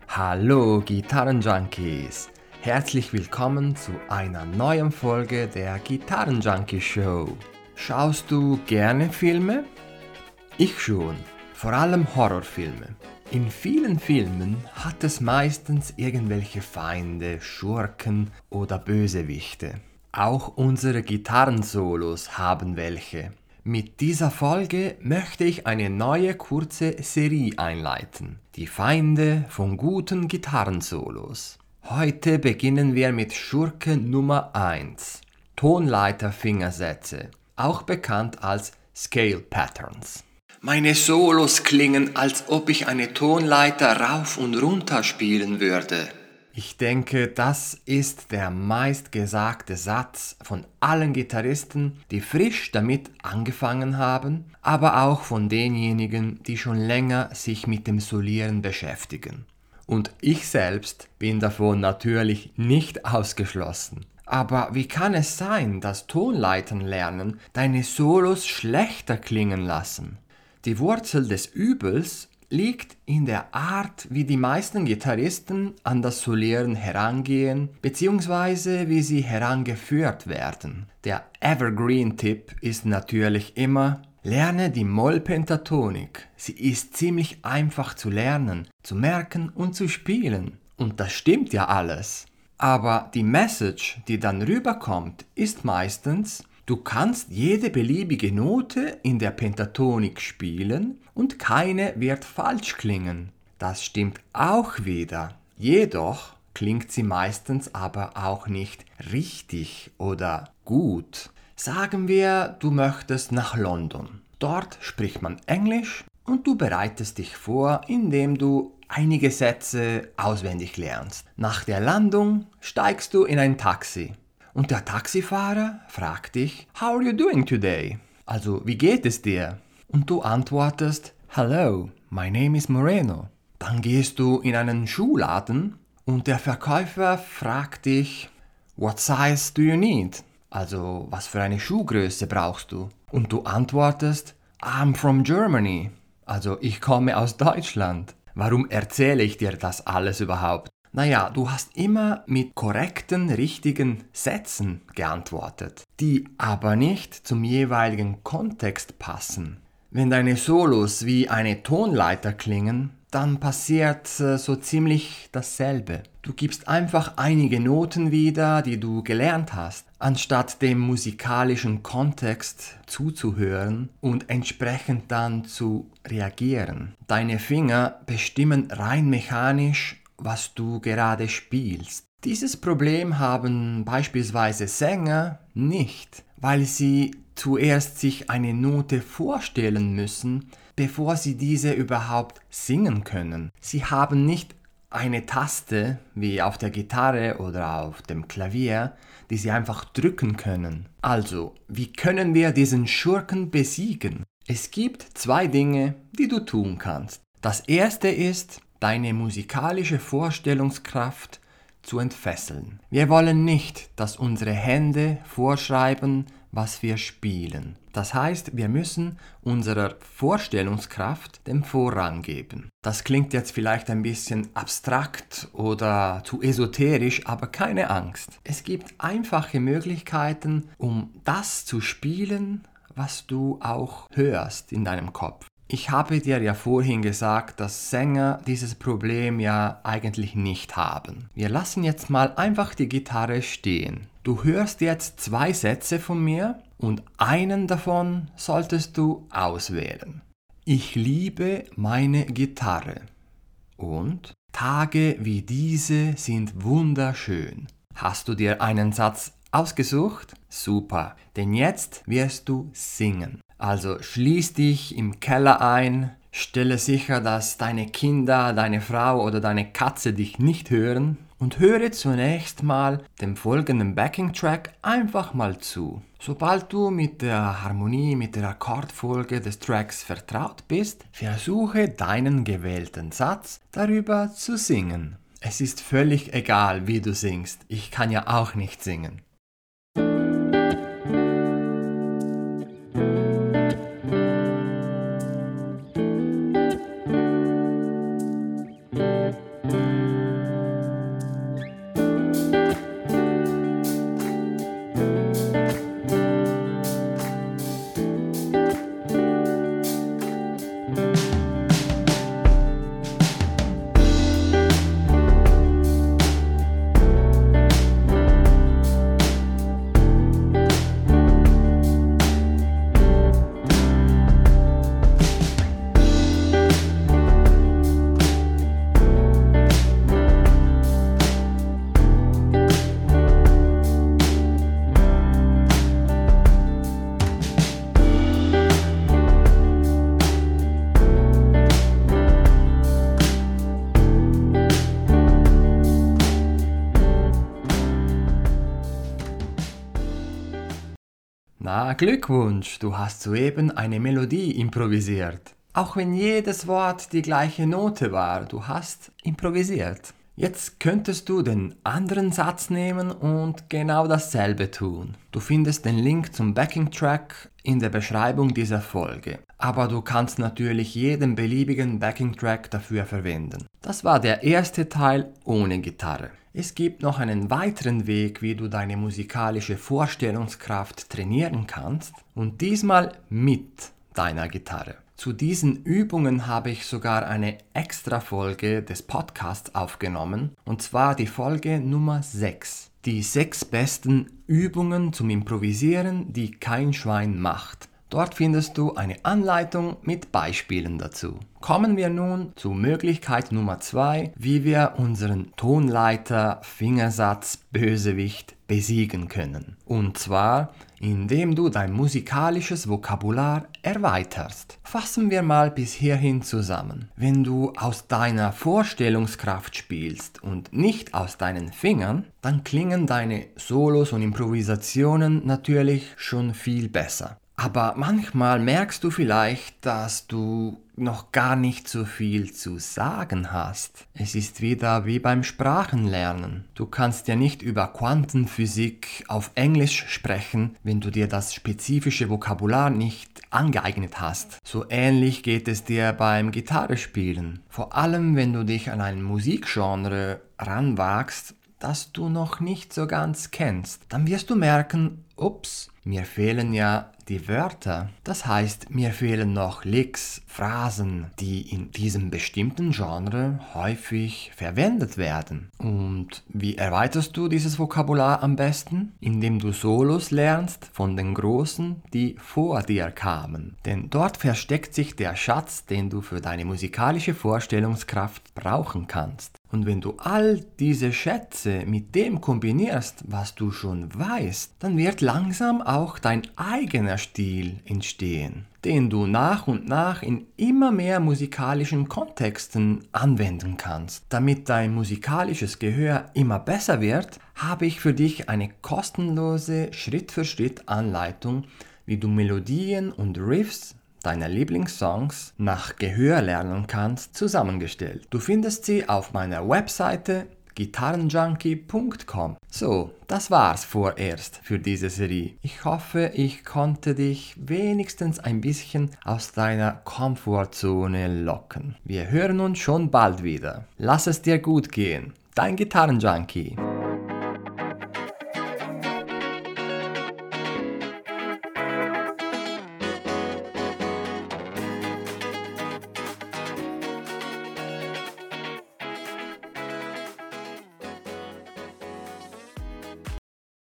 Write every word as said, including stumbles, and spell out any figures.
Hallo Gitarrenjunkies! Herzlich willkommen zu einer neuen Folge der Gitarrenjunkie Show. Schaust du gerne Filme? Ich schon, vor allem Horrorfilme. In vielen Filmen hat es meistens irgendwelche Feinde, Schurken oder Bösewichte. Auch unsere Gitarrensolos haben welche. Mit dieser Folge möchte ich eine neue kurze Serie einleiten. Die Feinde von guten Gitarrensolos. Heute beginnen wir mit Schurke Nummer eins. Tonleiterfingersätze, auch bekannt als Scale Patterns. Meine Solos klingen, als ob ich eine Tonleiter rauf und runter spielen würde. Ich denke, das ist der meistgesagte Satz von allen Gitarristen, die frisch damit angefangen haben, aber auch von denjenigen, die schon länger sich mit dem Solieren beschäftigen. Und ich selbst bin davon natürlich nicht ausgeschlossen. Aber wie kann es sein, dass Tonleitern lernen deine Solos schlechter klingen lassen? Die Wurzel des Übels liegt in der Art, wie die meisten Gitarristen an das Solieren herangehen, beziehungsweise wie sie herangeführt werden. Der Evergreen-Tipp ist natürlich immer: lerne die Mollpentatonik. Sie ist ziemlich einfach zu lernen, zu merken und zu spielen. Und das stimmt ja alles. Aber die Message, die dann rüberkommt, ist meistens: du kannst jede beliebige Note in der Pentatonik spielen und keine wird falsch klingen. Das stimmt auch wieder. Jedoch klingt sie meistens aber auch nicht richtig oder gut. Sagen wir, du möchtest nach London. Dort spricht man Englisch und du bereitest dich vor, indem du einige Sätze auswendig lernst. Nach der Landung steigst du in ein Taxi. Und der Taxifahrer fragt dich: How are you doing today? Also, wie geht es dir? Und du antwortest: Hello, my name is Moreno. Dann gehst du in einen Schuhladen und der Verkäufer fragt dich: What size do you need? Also, was für eine Schuhgröße brauchst du? Und du antwortest: I'm from Germany. Also, ich komme aus Deutschland. Warum erzähle ich dir das alles überhaupt? Naja, du hast immer mit korrekten, richtigen Sätzen geantwortet, die aber nicht zum jeweiligen Kontext passen. Wenn deine Solos wie eine Tonleiter klingen, dann passiert äh, so ziemlich dasselbe. Du gibst einfach einige Noten wieder, die du gelernt hast, anstatt dem musikalischen Kontext zuzuhören und entsprechend dann zu reagieren. Deine Finger bestimmen rein mechanisch, was du gerade spielst. Dieses Problem haben beispielsweise Sänger nicht, weil sie zuerst sich eine Note vorstellen müssen, bevor sie diese überhaupt singen können. Sie haben nicht eine Taste wie auf der Gitarre oder auf dem Klavier, die sie einfach drücken können. Also, wie können wir diesen Schurken besiegen? Es gibt zwei Dinge, die du tun kannst. Das erste ist, deine musikalische Vorstellungskraft zu entfesseln. Wir wollen nicht, dass unsere Hände vorschreiben, was wir spielen. Das heißt, wir müssen unserer Vorstellungskraft den Vorrang geben. Das klingt jetzt vielleicht ein bisschen abstrakt oder zu esoterisch, aber keine Angst. Es gibt einfache Möglichkeiten, um das zu spielen, was du auch hörst in deinem Kopf. Ich habe dir ja vorhin gesagt, dass Sänger dieses Problem ja eigentlich nicht haben. Wir lassen jetzt mal einfach die Gitarre stehen. Du hörst jetzt zwei Sätze von mir und einen davon solltest du auswählen. Ich liebe meine Gitarre. Und Tage wie diese sind wunderschön. Hast du dir einen Satz ausgesucht? Super, denn jetzt wirst du singen. Also schließ dich im Keller ein, stelle sicher, dass deine Kinder, deine Frau oder deine Katze dich nicht hören und höre zunächst mal dem folgenden Backing-Track einfach mal zu. Sobald du mit der Harmonie, mit der Akkordfolge des Tracks vertraut bist, versuche deinen gewählten Satz darüber zu singen. Es ist völlig egal, wie du singst. Ich kann ja auch nicht singen. Na, Glückwunsch, du hast soeben eine Melodie improvisiert. Auch wenn jedes Wort die gleiche Note war, du hast improvisiert. Jetzt könntest du den anderen Satz nehmen und genau dasselbe tun. Du findest den Link zum Backing-Track in der Beschreibung dieser Folge. Aber du kannst natürlich jeden beliebigen Backing-Track dafür verwenden. Das war der erste Teil ohne Gitarre. Es gibt noch einen weiteren Weg, wie du deine musikalische Vorstellungskraft trainieren kannst, und diesmal mit deiner Gitarre. Zu diesen Übungen habe ich sogar eine extra Folge des Podcasts aufgenommen, und zwar die Folge Nummer sechs. Die sechs besten Übungen zum Improvisieren, die kein Schwein macht. Dort findest du eine Anleitung mit Beispielen dazu. Kommen wir nun zu Möglichkeit Nummer zwei, wie wir unseren Tonleiter Fingersatz Bösewicht besiegen können. Und zwar, indem du dein musikalisches Vokabular erweiterst. Fassen wir mal bis hierhin zusammen. Wenn du aus deiner Vorstellungskraft spielst und nicht aus deinen Fingern, dann klingen deine Solos und Improvisationen natürlich schon viel besser. Aber manchmal merkst du vielleicht, dass du noch gar nicht so viel zu sagen hast. Es ist wieder wie beim Sprachenlernen. Du kannst ja nicht über Quantenphysik auf Englisch sprechen, wenn du dir das spezifische Vokabular nicht angeeignet hast. So ähnlich geht es dir beim Gitarrespielen. Vor allem, wenn du dich an ein Musikgenre ranwagst, das du noch nicht so ganz kennst. Dann wirst du merken, ups, mir fehlen ja die Wörter. Das heißt, mir fehlen noch Licks, Phrasen, die in diesem bestimmten Genre häufig verwendet werden. Und wie erweiterst du dieses Vokabular am besten? Indem du Solos lernst von den Großen, die vor dir kamen. Denn dort versteckt sich der Schatz, den du für deine musikalische Vorstellungskraft brauchen kannst. Und wenn du all diese Schätze mit dem kombinierst, was du schon weißt, dann wird langsam auch dein eigener Stil entstehen, den du nach und nach in immer mehr musikalischen Kontexten anwenden kannst. Damit dein musikalisches Gehör immer besser wird, habe ich für dich eine kostenlose Schritt-für-Schritt-Anleitung, wie du Melodien und Riffs deiner Lieblingssongs nach Gehör lernen kannst, zusammengestellt. Du findest sie auf meiner Webseite gitarrenjunkie punkt com. So, das war's vorerst für diese Serie. Ich hoffe, ich konnte dich wenigstens ein bisschen aus deiner Komfortzone locken. Wir hören uns schon bald wieder. Lass es dir gut gehen. Dein Gitarrenjunkie.